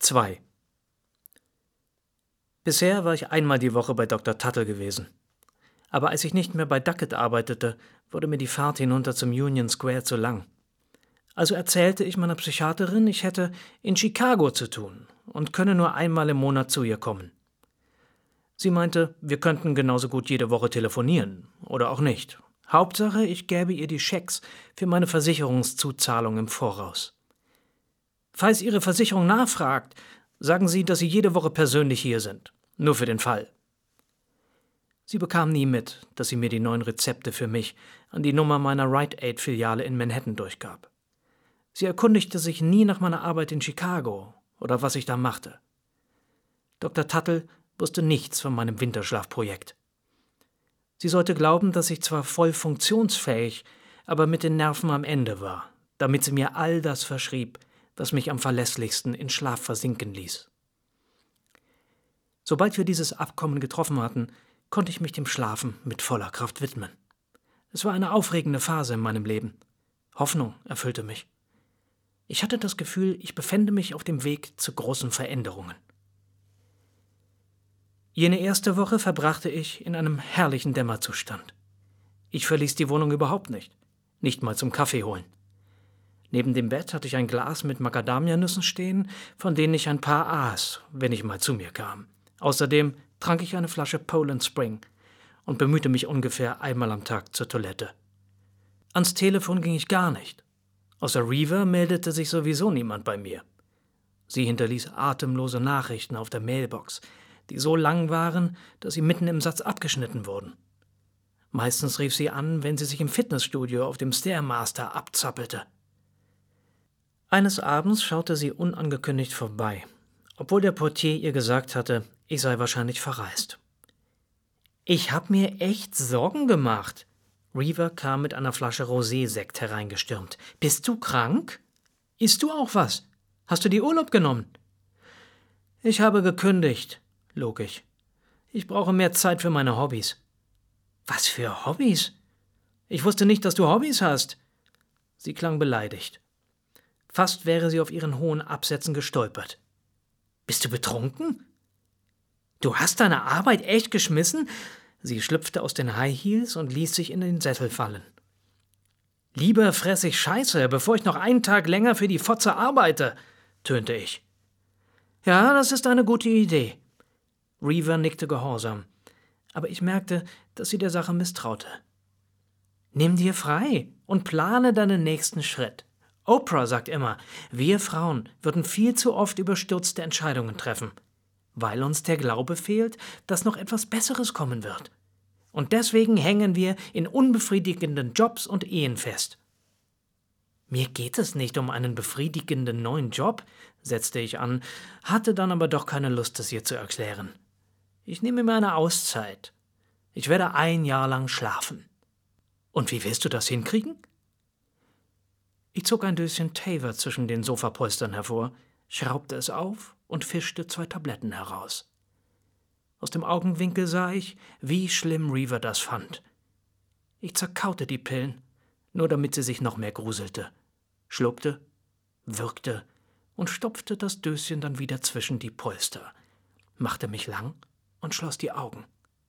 2. Bisher war ich einmal die Woche bei Dr. Tuttle gewesen. Aber als ich nicht mehr bei Duckett arbeitete, wurde mir die Fahrt hinunter zum Union Square zu lang. Also erzählte ich meiner Psychiaterin, ich hätte in Chicago zu tun und könne nur einmal im Monat zu ihr kommen. Sie meinte, wir könnten genauso gut jede Woche telefonieren oder auch nicht. Hauptsache, ich gäbe ihr die Schecks für meine Versicherungszuzahlung im Voraus. Falls Ihre Versicherung nachfragt, sagen Sie, dass Sie jede Woche persönlich hier sind. Nur für den Fall. Sie bekam nie mit, dass sie mir die neuen Rezepte für mich an die Nummer meiner Rite Aid-Filiale in Manhattan durchgab. Sie erkundigte sich nie nach meiner Arbeit in Chicago oder was ich da machte. Dr. Tuttle wusste nichts von meinem Winterschlafprojekt. Sie sollte glauben, dass ich zwar voll funktionsfähig, aber mit den Nerven am Ende war, damit sie mir all das verschrieb, was mich am verlässlichsten in Schlaf versinken ließ. Sobald wir dieses Abkommen getroffen hatten, konnte ich mich dem Schlafen mit voller Kraft widmen. Es war eine aufregende Phase in meinem Leben. Hoffnung erfüllte mich. Ich hatte das Gefühl, ich befände mich auf dem Weg zu großen Veränderungen. Jene erste Woche verbrachte ich in einem herrlichen Dämmerzustand. Ich verließ die Wohnung überhaupt nicht mal zum Kaffee holen. Neben dem Bett hatte ich ein Glas mit Macadamianüssen stehen, von denen ich ein paar aß, wenn ich mal zu mir kam. Außerdem trank ich eine Flasche Poland Spring und bemühte mich ungefähr einmal am Tag zur Toilette. Ans Telefon ging ich gar nicht. Außer Reaver meldete sich sowieso niemand bei mir. Sie hinterließ atemlose Nachrichten auf der Mailbox, die so lang waren, dass sie mitten im Satz abgeschnitten wurden. Meistens rief sie an, wenn sie sich im Fitnessstudio auf dem Stairmaster abzappelte. Eines Abends schaute sie unangekündigt vorbei, obwohl der Portier ihr gesagt hatte, ich sei wahrscheinlich verreist. »Ich hab mir echt Sorgen gemacht.« Reaver kam mit einer Flasche Rosé-Sekt hereingestürmt. »Bist du krank? Isst du auch was? Hast du dir Urlaub genommen?« »Ich habe gekündigt«, log ich. »Ich brauche mehr Zeit für meine Hobbys.« »Was für Hobbys? Ich wusste nicht, dass du Hobbys hast.« Sie klang beleidigt. Fast wäre sie auf ihren hohen Absätzen gestolpert. »Bist du betrunken? Du hast deine Arbeit echt geschmissen?« Sie schlüpfte aus den High Heels und ließ sich in den Sessel fallen. »Lieber fress ich Scheiße, bevor ich noch einen Tag länger für die Fotze arbeite«, tönte ich. »Ja, das ist eine gute Idee.« Reaver nickte gehorsam, aber ich merkte, dass sie der Sache misstraute. »Nimm dir frei und plane deinen nächsten Schritt. Oprah sagt immer, wir Frauen würden viel zu oft überstürzte Entscheidungen treffen, weil uns der Glaube fehlt, dass noch etwas Besseres kommen wird. Und deswegen hängen wir in unbefriedigenden Jobs und Ehen fest.« »Mir geht es nicht um einen befriedigenden neuen Job«, setzte ich an, hatte dann aber doch keine Lust, es ihr zu erklären. »Ich nehme mir eine Auszeit. Ich werde 1 Jahr lang schlafen.« »Und wie willst du das hinkriegen?« Ich zog ein Döschen Taver zwischen den Sofapolstern hervor, schraubte es auf und fischte 2 Tabletten heraus. Aus dem Augenwinkel sah ich, wie schlimm Reaver das fand. Ich zerkaute die Pillen, nur damit sie sich noch mehr gruselte, schluckte, würgte und stopfte das Döschen dann wieder zwischen die Polster, machte mich lang und schloss die Augen.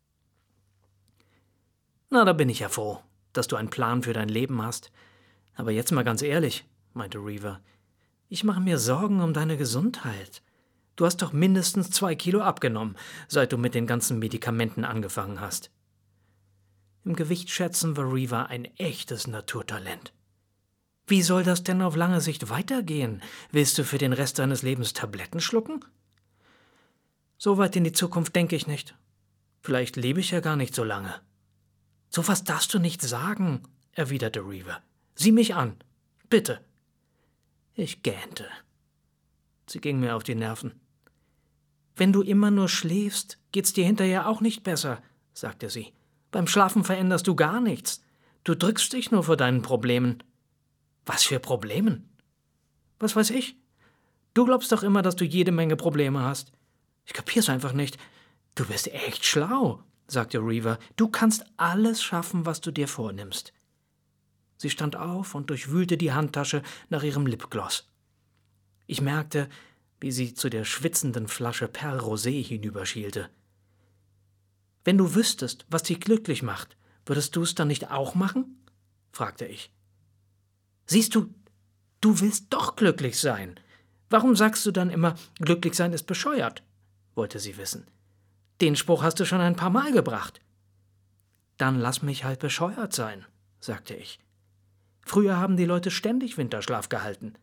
»Na, da bin ich ja froh, dass du einen Plan für dein Leben hast. Aber jetzt mal ganz ehrlich«, meinte Reaver, »ich mache mir Sorgen um deine Gesundheit. Du hast doch mindestens 2 Kilo abgenommen, seit du mit den ganzen Medikamenten angefangen hast.« Im Gewichtsschätzen war Reaver ein echtes Naturtalent. »Wie soll das denn auf lange Sicht weitergehen? Willst du für den Rest deines Lebens Tabletten schlucken?« »So weit in die Zukunft denke ich nicht. Vielleicht lebe ich ja gar nicht so lange.« »So was darfst du nicht sagen«, erwiderte Reaver. »Sieh mich an. Bitte.« Ich gähnte. Sie ging mir auf die Nerven. »Wenn du immer nur schläfst, geht's dir hinterher auch nicht besser«, sagte sie. »Beim Schlafen veränderst du gar nichts. Du drückst dich nur vor deinen Problemen.« »Was für Problemen?« »Was weiß ich? Du glaubst doch immer, dass du jede Menge Probleme hast. Ich kapier's einfach nicht. Du bist echt schlau«, sagte Reaver. »Du kannst alles schaffen, was du dir vornimmst.« Sie stand auf und durchwühlte die Handtasche nach ihrem Lipgloss. Ich merkte, wie sie zu der schwitzenden Flasche Perle Rosé hinüberschielte. »Wenn du wüsstest, was dich glücklich macht, würdest du es dann nicht auch machen?« fragte ich. »Siehst du, du willst doch glücklich sein. Warum sagst du dann immer, glücklich sein ist bescheuert?« wollte sie wissen. »Den Spruch hast du schon ein paar Mal gebracht.« »Dann lass mich halt bescheuert sein«, sagte ich. »Früher haben die Leute ständig Winterschlaf gehalten.«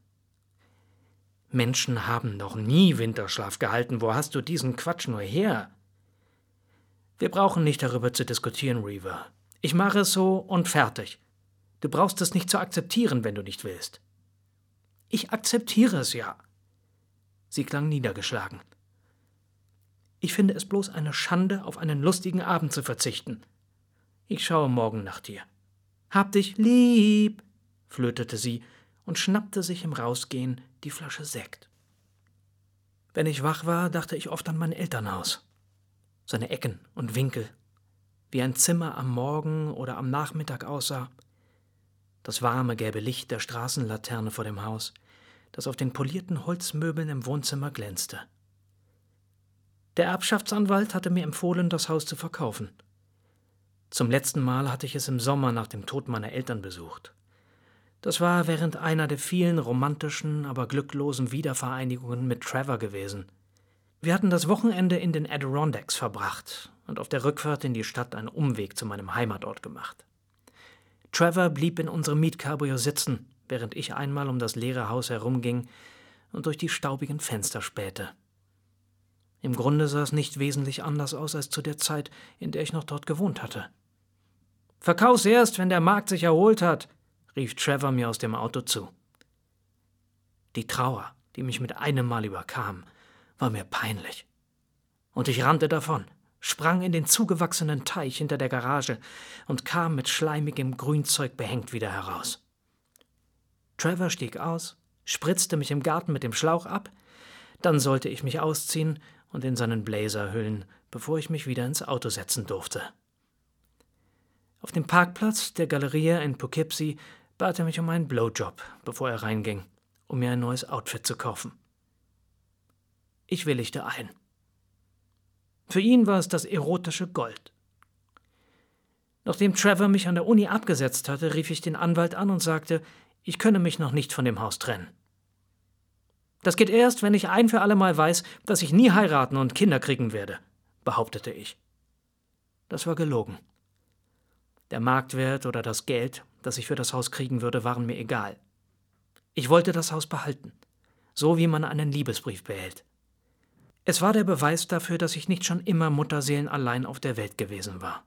»Menschen haben noch nie Winterschlaf gehalten. Wo hast du diesen Quatsch nur her?« »Wir brauchen nicht darüber zu diskutieren, Reaver. Ich mache es so und fertig. Du brauchst es nicht zu akzeptieren, wenn du nicht willst.« »Ich akzeptiere es ja.« Sie klang niedergeschlagen. »Ich finde es bloß eine Schande, auf einen lustigen Abend zu verzichten. Ich schaue morgen nach dir.« »Hab dich lieb«, flötete sie und schnappte sich im Rausgehen die Flasche Sekt. Wenn ich wach war, dachte ich oft an mein Elternhaus. Seine Ecken und Winkel, wie ein Zimmer am Morgen oder am Nachmittag aussah. Das warme gelbe Licht der Straßenlaterne vor dem Haus, das auf den polierten Holzmöbeln im Wohnzimmer glänzte. Der Erbschaftsanwalt hatte mir empfohlen, das Haus zu verkaufen. Zum letzten Mal hatte ich es im Sommer nach dem Tod meiner Eltern besucht. Das war während einer der vielen romantischen, aber glücklosen Wiedervereinigungen mit Trevor gewesen. Wir hatten das Wochenende in den Adirondacks verbracht und auf der Rückfahrt in die Stadt einen Umweg zu meinem Heimatort gemacht. Trevor blieb in unserem Mietcabrio sitzen, während ich einmal um das leere Haus herumging und durch die staubigen Fenster spähte. Im Grunde sah es nicht wesentlich anders aus als zu der Zeit, in der ich noch dort gewohnt hatte. »Verkauf's erst, wenn der Markt sich erholt hat«, rief Trevor mir aus dem Auto zu. Die Trauer, die mich mit einem Mal überkam, war mir peinlich. Und ich rannte davon, sprang in den zugewachsenen Teich hinter der Garage und kam mit schleimigem Grünzeug behängt wieder heraus. Trevor stieg aus, spritzte mich im Garten mit dem Schlauch ab, dann sollte ich mich ausziehen und in seinen Blazer hüllen, bevor ich mich wieder ins Auto setzen durfte. Auf dem Parkplatz der Galeria in Poughkeepsie bat er mich um einen Blowjob, bevor er reinging, um mir ein neues Outfit zu kaufen. Ich willigte ein. Für ihn war es das erotische Gold. Nachdem Trevor mich an der Uni abgesetzt hatte, rief ich den Anwalt an und sagte, ich könne mich noch nicht von dem Haus trennen. »Das geht erst, wenn ich ein für alle Mal weiß, dass ich nie heiraten und Kinder kriegen werde«, behauptete ich. Das war gelogen. Der Marktwert oder das Geld, das ich für das Haus kriegen würde, waren mir egal. Ich wollte das Haus behalten, so wie man einen Liebesbrief behält. Es war der Beweis dafür, dass ich nicht schon immer mutterseelenallein auf der Welt gewesen war.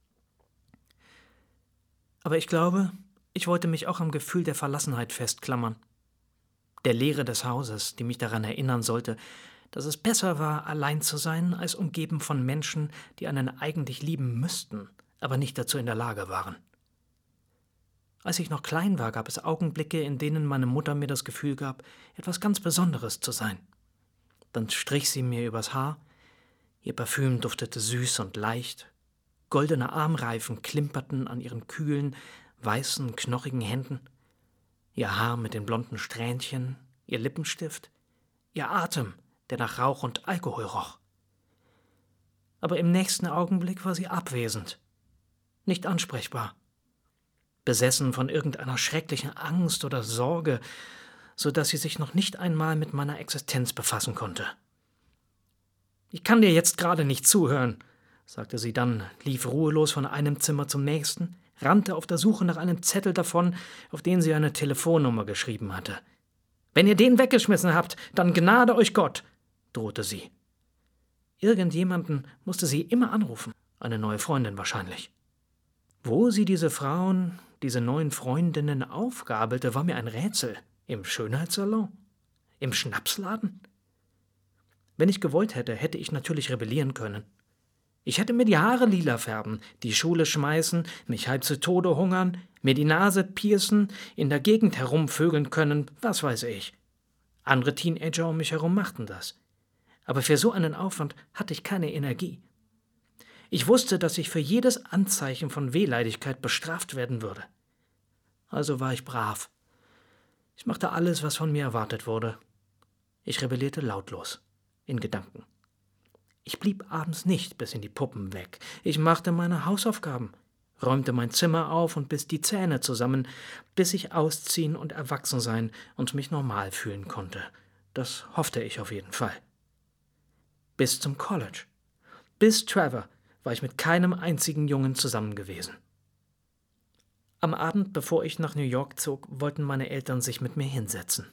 Aber ich glaube, ich wollte mich auch am Gefühl der Verlassenheit festklammern. Der Leere des Hauses, die mich daran erinnern sollte, dass es besser war, allein zu sein, als umgeben von Menschen, die einen eigentlich lieben müssten, aber nicht dazu in der Lage waren. Als ich noch klein war, gab es Augenblicke, in denen meine Mutter mir das Gefühl gab, etwas ganz Besonderes zu sein. Dann strich sie mir übers Haar, ihr Parfüm duftete süß und leicht, goldene Armreifen klimperten an ihren kühlen, weißen, knochigen Händen, ihr Haar mit den blonden Strähnchen, ihr Lippenstift, ihr Atem, der nach Rauch und Alkohol roch. Aber im nächsten Augenblick war sie abwesend, nicht ansprechbar, besessen von irgendeiner schrecklichen Angst oder Sorge, so dass sie sich noch nicht einmal mit meiner Existenz befassen konnte. »Ich kann dir jetzt gerade nicht zuhören«, sagte sie dann, lief ruhelos von einem Zimmer zum nächsten, rannte auf der Suche nach einem Zettel davon, auf den sie eine Telefonnummer geschrieben hatte. »Wenn ihr den weggeschmissen habt, dann gnade euch Gott«, drohte sie. Irgendjemanden musste sie immer anrufen, eine neue Freundin wahrscheinlich. Wo sie diese Frauen, diese neuen Freundinnen aufgabelte, war mir ein Rätsel. Im Schönheitssalon? Im Schnapsladen? Wenn ich gewollt hätte, hätte ich natürlich rebellieren können. Ich hätte mir die Haare lila färben, die Schule schmeißen, mich halb zu Tode hungern, mir die Nase piercen, in der Gegend herumvögeln können, was weiß ich. Andere Teenager um mich herum machten das. Aber für so einen Aufwand hatte ich keine Energie. Ich wusste, dass ich für jedes Anzeichen von Wehleidigkeit bestraft werden würde. Also war ich brav. Ich machte alles, was von mir erwartet wurde. Ich rebellierte lautlos, in Gedanken. Ich blieb abends nicht bis in die Puppen weg. Ich machte meine Hausaufgaben, räumte mein Zimmer auf und biss die Zähne zusammen, bis ich ausziehen und erwachsen sein und mich normal fühlen konnte. Das hoffte ich auf jeden Fall. Bis zum College. Bis Trevor war ich mit keinem einzigen Jungen zusammen gewesen. Am Abend, bevor ich nach New York zog, wollten meine Eltern sich mit mir hinsetzen.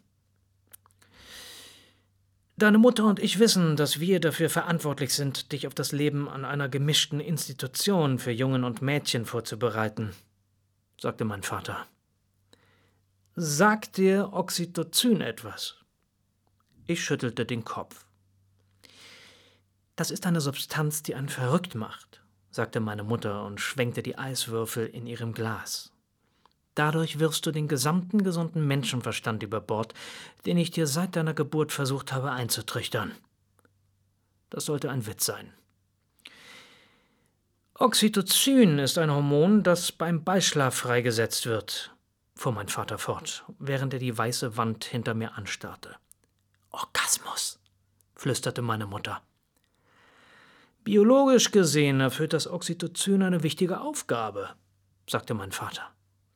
Deine Mutter und ich wissen, dass wir dafür verantwortlich sind, dich auf das Leben an einer gemischten Institution für Jungen und Mädchen vorzubereiten, sagte mein Vater. Sagt dir Oxytocin etwas? Ich schüttelte den Kopf. Das ist eine Substanz, die einen verrückt macht, sagte meine Mutter und schwenkte die Eiswürfel in ihrem Glas. Dadurch wirfst du den gesamten gesunden Menschenverstand über Bord, den ich dir seit deiner Geburt versucht habe einzutrichtern. Das sollte ein Witz sein. Oxytocin ist ein Hormon, das beim Beischlaf freigesetzt wird, fuhr mein Vater fort, während er die weiße Wand hinter mir anstarrte. Orgasmus, flüsterte meine Mutter. Biologisch gesehen erfüllt das Oxytocin eine wichtige Aufgabe, sagte mein Vater.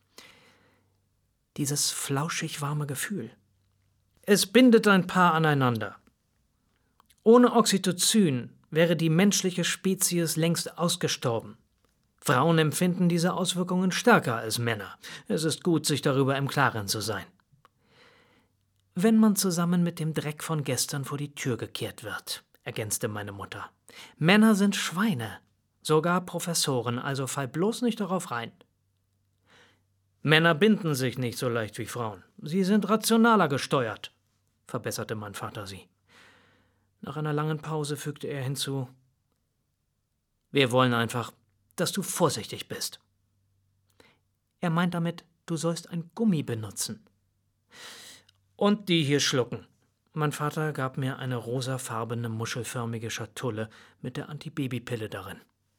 Dieses flauschig warme Gefühl. Es bindet ein Paar aneinander. Ohne Oxytocin wäre die menschliche Spezies längst ausgestorben. Frauen empfinden diese Auswirkungen stärker als Männer. Es ist gut, sich darüber im Klaren zu sein. Wenn man zusammen mit dem Dreck von gestern vor die Tür gekehrt wird, ergänzte meine Mutter. Männer sind Schweine, sogar Professoren, also fall bloß nicht darauf rein. Männer binden sich nicht so leicht wie Frauen. Sie sind rationaler gesteuert, verbesserte mein Vater sie. Nach einer langen Pause fügte er hinzu: Wir wollen einfach, dass du vorsichtig bist. Er meint damit, du sollst ein Gummi benutzen. Und die hier schlucken. Mein Vater gab mir eine rosafarbene, muschelförmige Schatulle mit der Antibabypille darin.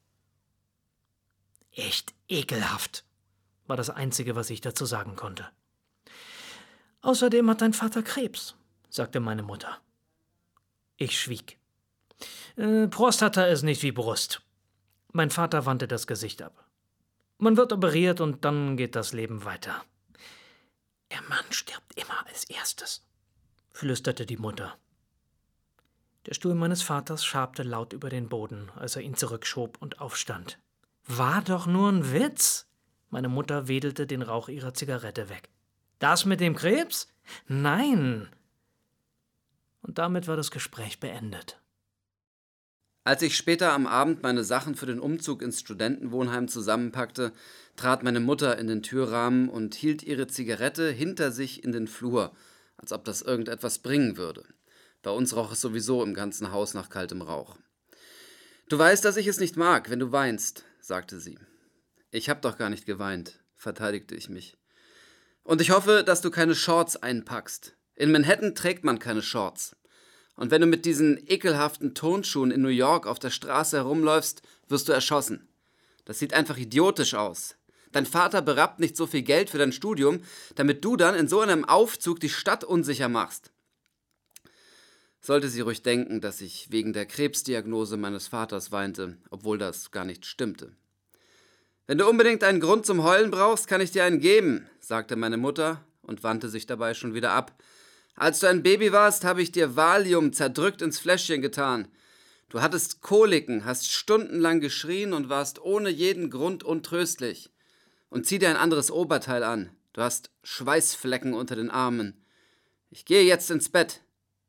Echt ekelhaft, war das Einzige, was ich dazu sagen konnte. Außerdem hat dein Vater Krebs, sagte meine Mutter. Ich schwieg. Prostata ist nicht wie Brust. Mein Vater wandte das Gesicht ab. Man wird operiert und dann geht das Leben weiter. Der Mann stirbt immer als erstes, flüsterte die Mutter. Der Stuhl meines Vaters schabte laut über den Boden, als er ihn zurückschob und aufstand. War doch nur ein Witz! Meine Mutter wedelte den Rauch ihrer Zigarette weg. Das mit dem Krebs? Nein! Und damit war das Gespräch beendet. Als ich später am Abend meine Sachen für den Umzug ins Studentenwohnheim zusammenpackte, trat meine Mutter in den Türrahmen und hielt ihre Zigarette hinter sich in den Flur, als ob das irgendetwas bringen würde. Bei uns roch es sowieso im ganzen Haus nach kaltem Rauch. »Du weißt, dass ich es nicht mag, wenn du weinst«, sagte sie. »Ich hab doch gar nicht geweint«, verteidigte ich mich. »Und ich hoffe, dass du keine Shorts einpackst. In Manhattan trägt man keine Shorts. Und wenn du mit diesen ekelhaften Turnschuhen in New York auf der Straße herumläufst, wirst du erschossen. Das sieht einfach idiotisch aus. Dein Vater berappt nicht so viel Geld für dein Studium, damit du dann in so einem Aufzug die Stadt unsicher machst.« Sollte sie ruhig denken, dass ich wegen der Krebsdiagnose meines Vaters weinte, obwohl das gar nicht stimmte. »Wenn du unbedingt einen Grund zum Heulen brauchst, kann ich dir einen geben«, sagte meine Mutter und wandte sich dabei schon wieder ab. »Als du ein Baby warst, habe ich dir Valium zerdrückt ins Fläschchen getan. Du hattest Koliken, hast stundenlang geschrien und warst ohne jeden Grund untröstlich. Und zieh dir ein anderes Oberteil an. Du hast Schweißflecken unter den Armen. Ich gehe jetzt ins Bett.«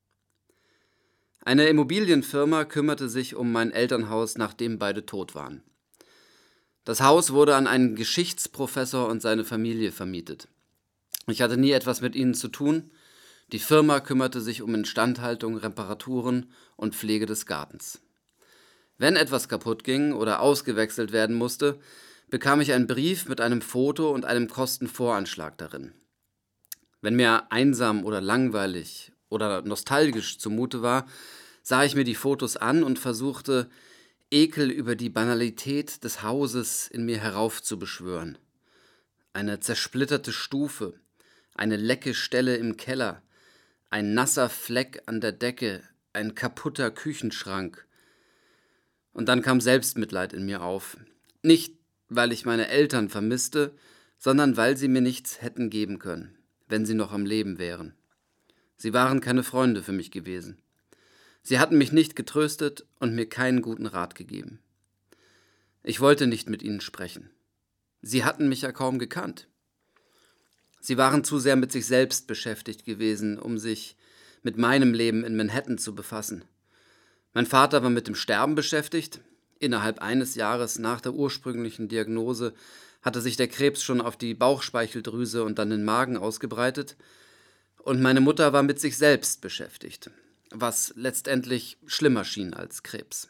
Eine Immobilienfirma kümmerte sich um mein Elternhaus, nachdem beide tot waren. Das Haus wurde an einen Geschichtsprofessor und seine Familie vermietet. Ich hatte nie etwas mit ihnen zu tun. Die Firma kümmerte sich um Instandhaltung, Reparaturen und Pflege des Gartens. Wenn etwas kaputt ging oder ausgewechselt werden musste, bekam ich einen Brief mit einem Foto und einem Kostenvoranschlag darin. Wenn mir einsam oder langweilig oder nostalgisch zumute war, sah ich mir die Fotos an und versuchte, Ekel über die Banalität des Hauses in mir heraufzubeschwören. Eine zersplitterte Stufe, eine lecke Stelle im Keller, Ein nasser Fleck an der Decke, ein kaputter Küchenschrank. Und dann kam Selbstmitleid in mir auf. Nicht, weil ich meine Eltern vermisste, sondern weil sie mir nichts hätten geben können, wenn sie noch am Leben wären. Sie waren keine Freunde für mich gewesen. Sie hatten mich nicht getröstet und mir keinen guten Rat gegeben. Ich wollte nicht mit ihnen sprechen. Sie hatten mich ja kaum gekannt. Sie waren zu sehr mit sich selbst beschäftigt gewesen, um sich mit meinem Leben in Manhattan zu befassen. Mein Vater war mit dem Sterben beschäftigt. Innerhalb eines Jahres nach der ursprünglichen Diagnose hatte sich der Krebs schon auf die Bauchspeicheldrüse und dann den Magen ausgebreitet. Und meine Mutter war mit sich selbst beschäftigt, was letztendlich schlimmer schien als Krebs.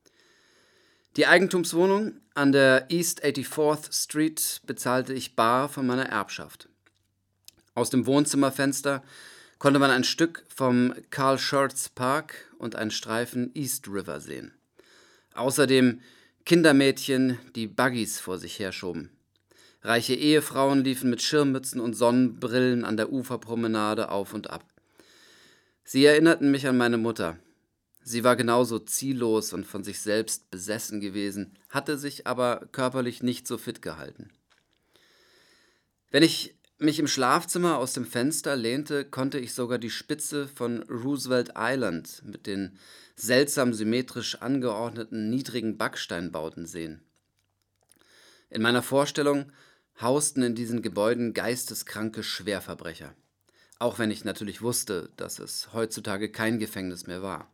Die Eigentumswohnung an der East 84th Street bezahlte ich bar von meiner Erbschaft. Aus dem Wohnzimmerfenster konnte man ein Stück vom Carl Schurz Park und einen Streifen East River sehen. Außerdem Kindermädchen, die Buggies vor sich herschoben. Reiche Ehefrauen liefen mit Schirmmützen und Sonnenbrillen an der Uferpromenade auf und ab. Sie erinnerten mich an meine Mutter. Sie war genauso ziellos und von sich selbst besessen gewesen, hatte sich aber körperlich nicht so fit gehalten. Wenn ich mich im Schlafzimmer aus dem Fenster lehnte, konnte ich sogar die Spitze von Roosevelt Island mit den seltsam symmetrisch angeordneten niedrigen Backsteinbauten sehen. In meiner Vorstellung hausten in diesen Gebäuden geisteskranke Schwerverbrecher, auch wenn ich natürlich wusste, dass es heutzutage kein Gefängnis mehr war.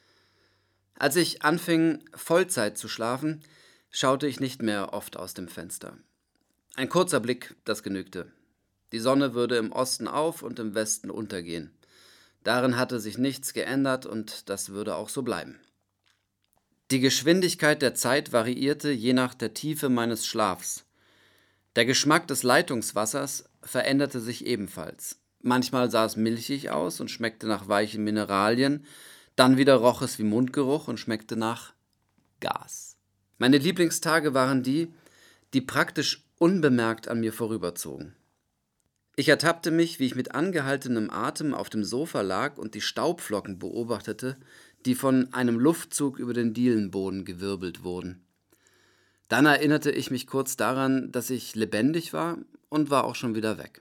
Als ich anfing, Vollzeit zu schlafen, schaute ich nicht mehr oft aus dem Fenster. Ein kurzer Blick, das genügte. Die Sonne würde im Osten auf und im Westen untergehen. Darin hatte sich nichts geändert und das würde auch so bleiben. Die Geschwindigkeit der Zeit variierte je nach der Tiefe meines Schlafs. Der Geschmack des Leitungswassers veränderte sich ebenfalls. Manchmal sah es milchig aus und schmeckte nach weichen Mineralien, dann wieder roch es wie Mundgeruch und schmeckte nach Gas. Meine Lieblingstage waren die, die praktisch unbemerkt an mir vorüberzogen. Ich ertappte mich, wie ich mit angehaltenem Atem auf dem Sofa lag und die Staubflocken beobachtete, die von einem Luftzug über den Dielenboden gewirbelt wurden. Dann erinnerte ich mich kurz daran, dass ich lebendig war und war auch schon wieder weg.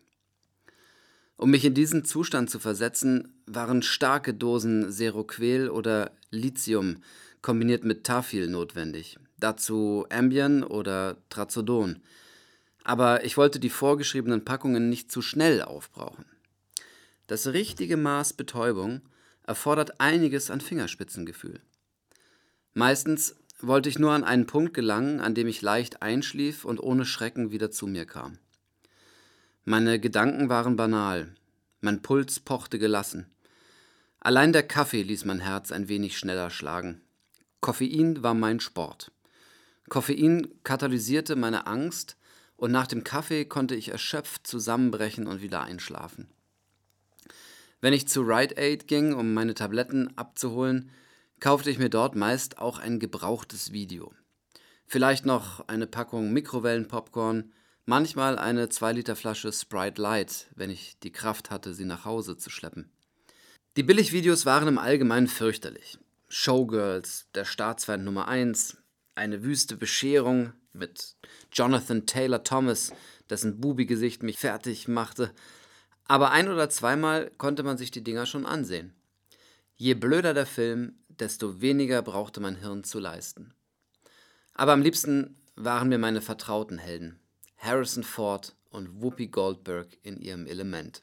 Um mich in diesen Zustand zu versetzen, waren starke Dosen Seroquel oder Lithium kombiniert mit Tafil notwendig, dazu Ambien oder Trazodon. Aber ich wollte die vorgeschriebenen Packungen nicht zu schnell aufbrauchen. Das richtige Maß Betäubung erfordert einiges an Fingerspitzengefühl. Meistens wollte ich nur an einen Punkt gelangen, an dem ich leicht einschlief und ohne Schrecken wieder zu mir kam. Meine Gedanken waren banal, mein Puls pochte gelassen. Allein der Kaffee ließ mein Herz ein wenig schneller schlagen. Koffein war mein Sport. Koffein katalysierte meine Angst und nach dem Kaffee konnte ich erschöpft zusammenbrechen und wieder einschlafen. Wenn ich zu Rite Aid ging, um meine Tabletten abzuholen, kaufte ich mir dort meist auch ein gebrauchtes Video. Vielleicht noch eine Packung Mikrowellenpopcorn, manchmal eine 2-Liter Flasche Sprite Light, wenn ich die Kraft hatte, sie nach Hause zu schleppen. Die Billigvideos waren im Allgemeinen fürchterlich. Showgirls, der Staatsfeind Nummer 1, eine wüste Bescherung mit Jonathan Taylor Thomas, dessen Bubi-Gesicht mich fertig machte. Aber ein- oder zweimal konnte man sich die Dinger schon ansehen. Je blöder der Film, desto weniger brauchte mein Hirn zu leisten. Aber am liebsten waren mir meine vertrauten Helden, Harrison Ford und Whoopi Goldberg in ihrem Element.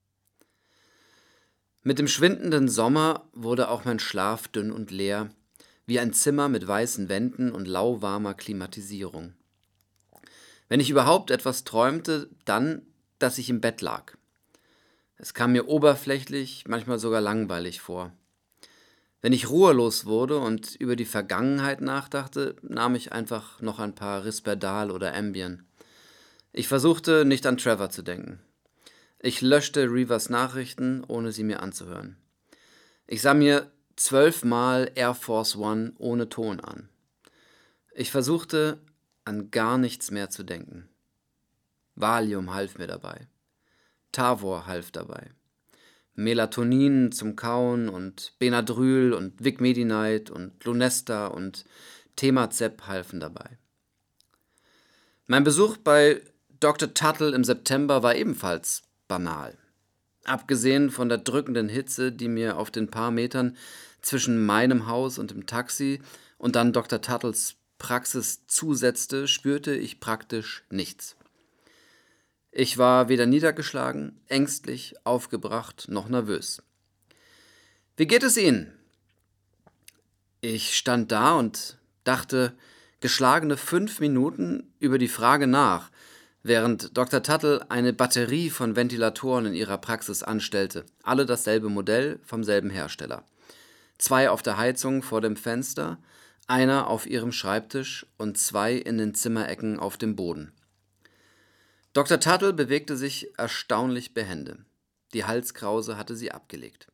Mit dem schwindenden Sommer wurde auch mein Schlaf dünn und leer, wie ein Zimmer mit weißen Wänden und lauwarmer Klimatisierung. Wenn ich überhaupt etwas träumte, dann, dass ich im Bett lag. Es kam mir oberflächlich, manchmal sogar langweilig vor. Wenn ich ruhelos wurde und über die Vergangenheit nachdachte, nahm ich einfach noch ein paar Risperdal oder Ambien. Ich versuchte, nicht an Trevor zu denken. Ich löschte Reavers Nachrichten, ohne sie mir anzuhören. Ich sah mir 12 Mal Air Force One ohne Ton an. Ich versuchte, an gar nichts mehr zu denken. Valium half mir dabei. Tavor half dabei. Melatonin zum Kauen und Benadryl und Vicmedinide und Lunesta und Temazep halfen dabei. Mein Besuch bei Dr. Tuttle im September war ebenfalls banal. Abgesehen von der drückenden Hitze, die mir auf den paar Metern zwischen meinem Haus und dem Taxi und dann Dr. Tuttles Praxis zusetzte, spürte ich praktisch nichts. Ich war weder niedergeschlagen, ängstlich, aufgebracht noch nervös. »Wie geht es Ihnen?« Ich stand da und dachte geschlagene 5 Minuten über die Frage nach, während Dr. Tuttle eine Batterie von Ventilatoren in ihrer Praxis anstellte, alle dasselbe Modell vom selben Hersteller. 2 auf der Heizung vor dem Fenster, einer auf ihrem Schreibtisch und 2 in den Zimmerecken auf dem Boden. Dr. Tuttle bewegte sich erstaunlich behende. Die Halskrause hatte sie abgelegt.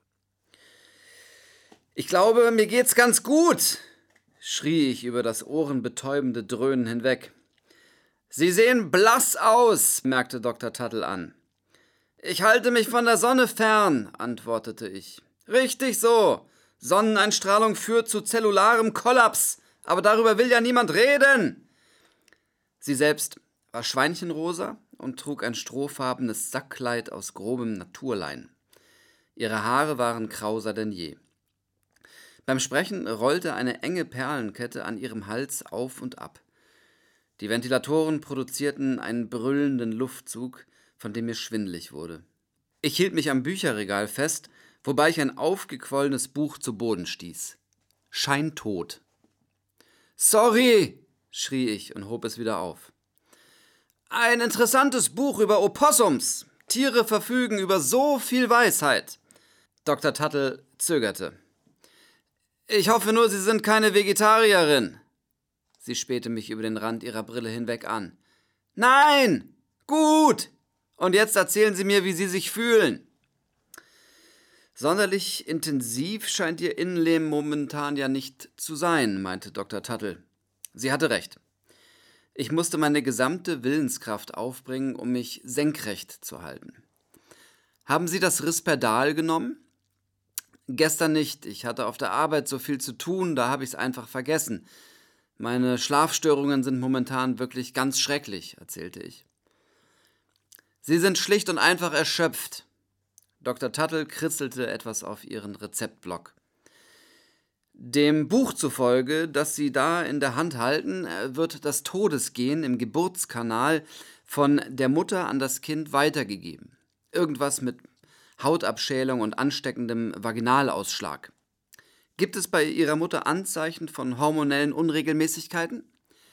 »Ich glaube, mir geht's ganz gut«, schrie ich über das ohrenbetäubende Dröhnen hinweg. »Sie sehen blass aus«, merkte Dr. Tuttle an. »Ich halte mich von der Sonne fern«, antwortete ich. »Richtig so. Sonneneinstrahlung führt zu zellularem Kollaps, aber darüber will ja niemand reden.« Sie selbst war schweinchenrosa und trug ein strohfarbenes Sackkleid aus grobem Naturlein. Ihre Haare waren krauser denn je. Beim Sprechen rollte eine enge Perlenkette an ihrem Hals auf und ab. Die Ventilatoren produzierten einen brüllenden Luftzug, von dem mir schwindelig wurde. Ich hielt mich am Bücherregal fest, wobei ich ein aufgequollenes Buch zu Boden stieß. Scheintot. »Sorry«, schrie ich und hob es wieder auf. »Ein interessantes Buch über Opossums. Tiere verfügen über so viel Weisheit.« Dr. Tuttle zögerte. »Ich hoffe nur, Sie sind keine Vegetarierin.« Sie spähte mich über den Rand ihrer Brille hinweg an. »Nein! Gut! Und jetzt erzählen Sie mir, wie Sie sich fühlen.« »Sonderlich intensiv scheint Ihr Innenleben momentan ja nicht zu sein«, meinte Dr. Tuttle. Sie hatte recht. Ich musste meine gesamte Willenskraft aufbringen, um mich senkrecht zu halten. »Haben Sie das Risperdal genommen?« »Gestern nicht. Ich hatte auf der Arbeit so viel zu tun, da habe ich es einfach vergessen. Meine Schlafstörungen sind momentan wirklich ganz schrecklich«, erzählte ich. »Sie sind schlicht und einfach erschöpft.« Dr. Tuttle kritzelte etwas auf ihren Rezeptblock. »Dem Buch zufolge, das Sie da in der Hand halten, wird das Todesgen im Geburtskanal von der Mutter an das Kind weitergegeben. Irgendwas mit Hautabschälung und ansteckendem Vaginalausschlag. Gibt es bei Ihrer Mutter Anzeichen von hormonellen Unregelmäßigkeiten?«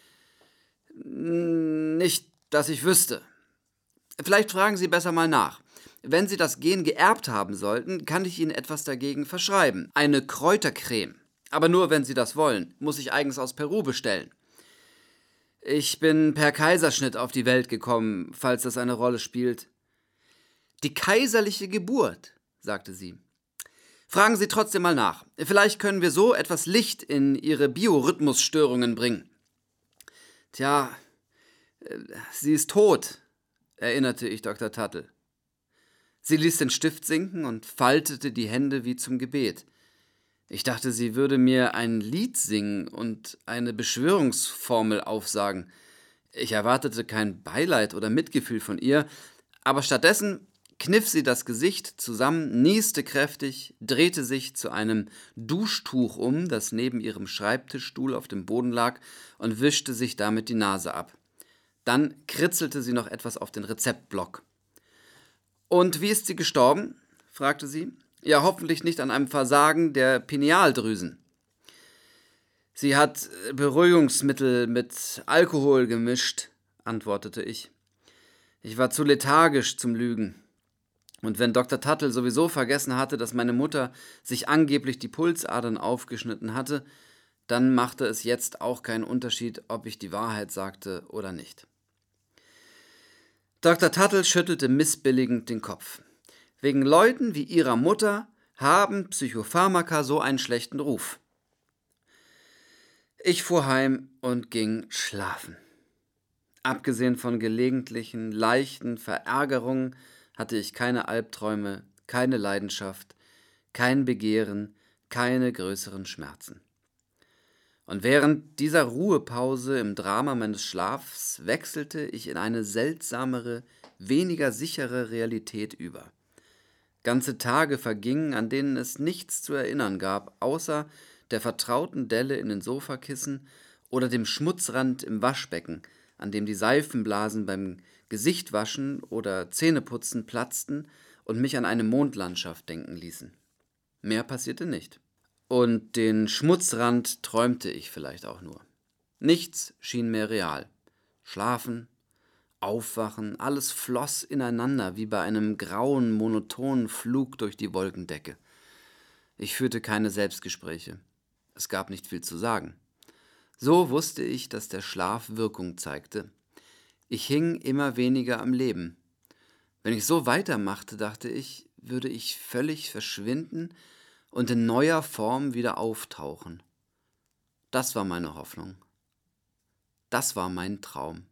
»Nicht, dass ich wüsste.« »Vielleicht fragen Sie besser mal nach. Wenn Sie das Gen geerbt haben sollten, kann ich Ihnen etwas dagegen verschreiben. Eine Kräutercreme. Aber nur, wenn Sie das wollen. Muss ich eigens aus Peru bestellen.« »Ich bin per Kaiserschnitt auf die Welt gekommen, falls das eine Rolle spielt.« »Die kaiserliche Geburt«, sagte sie. »Fragen Sie trotzdem mal nach. Vielleicht können wir so etwas Licht in Ihre Biorhythmusstörungen bringen.« »Tja, sie ist tot«, erinnerte ich Dr. Tuttle. Sie ließ den Stift sinken und faltete die Hände wie zum Gebet. Ich dachte, sie würde mir ein Lied singen und eine Beschwörungsformel aufsagen. Ich erwartete kein Beileid oder Mitgefühl von ihr, aber stattdessen kniff sie das Gesicht zusammen, nieste kräftig, drehte sich zu einem Duschtuch um, das neben ihrem Schreibtischstuhl auf dem Boden lag, und wischte sich damit die Nase ab. Dann kritzelte sie noch etwas auf den Rezeptblock. »Und wie ist sie gestorben?« fragte sie. »Ja, hoffentlich nicht an einem Versagen der Pinealdrüsen.« »Sie hat Beruhigungsmittel mit Alkohol gemischt«, antwortete ich. Ich war zu lethargisch zum Lügen. Und wenn Dr. Tuttle sowieso vergessen hatte, dass meine Mutter sich angeblich die Pulsadern aufgeschnitten hatte, dann machte es jetzt auch keinen Unterschied, ob ich die Wahrheit sagte oder nicht. Dr. Tuttle schüttelte missbilligend den Kopf. Wegen Leuten wie ihrer Mutter haben Psychopharmaka so einen schlechten Ruf. Ich fuhr heim und ging schlafen. Abgesehen von gelegentlichen, leichten Verärgerungen hatte ich keine Albträume, keine Leidenschaft, kein Begehren, keine größeren Schmerzen. Und während dieser Ruhepause im Drama meines Schlafs wechselte ich in eine seltsamere, weniger sichere Realität über. Ganze Tage vergingen, an denen es nichts zu erinnern gab, außer der vertrauten Delle in den Sofakissen oder dem Schmutzrand im Waschbecken, an dem die Seifenblasen beim Gesichtwaschen oder Zähneputzen platzten und mich an eine Mondlandschaft denken ließen. Mehr passierte nicht. Und den Schmutzrand träumte ich vielleicht auch nur. Nichts schien mehr real. Schlafen, Aufwachen, alles floss ineinander wie bei einem grauen, monotonen Flug durch die Wolkendecke. Ich führte keine Selbstgespräche. Es gab nicht viel zu sagen. So wusste ich, dass der Schlaf Wirkung zeigte. Ich hing immer weniger am Leben. Wenn ich so weitermachte, dachte ich, würde ich völlig verschwinden und in neuer Form wieder auftauchen. Das war meine Hoffnung. Das war mein Traum.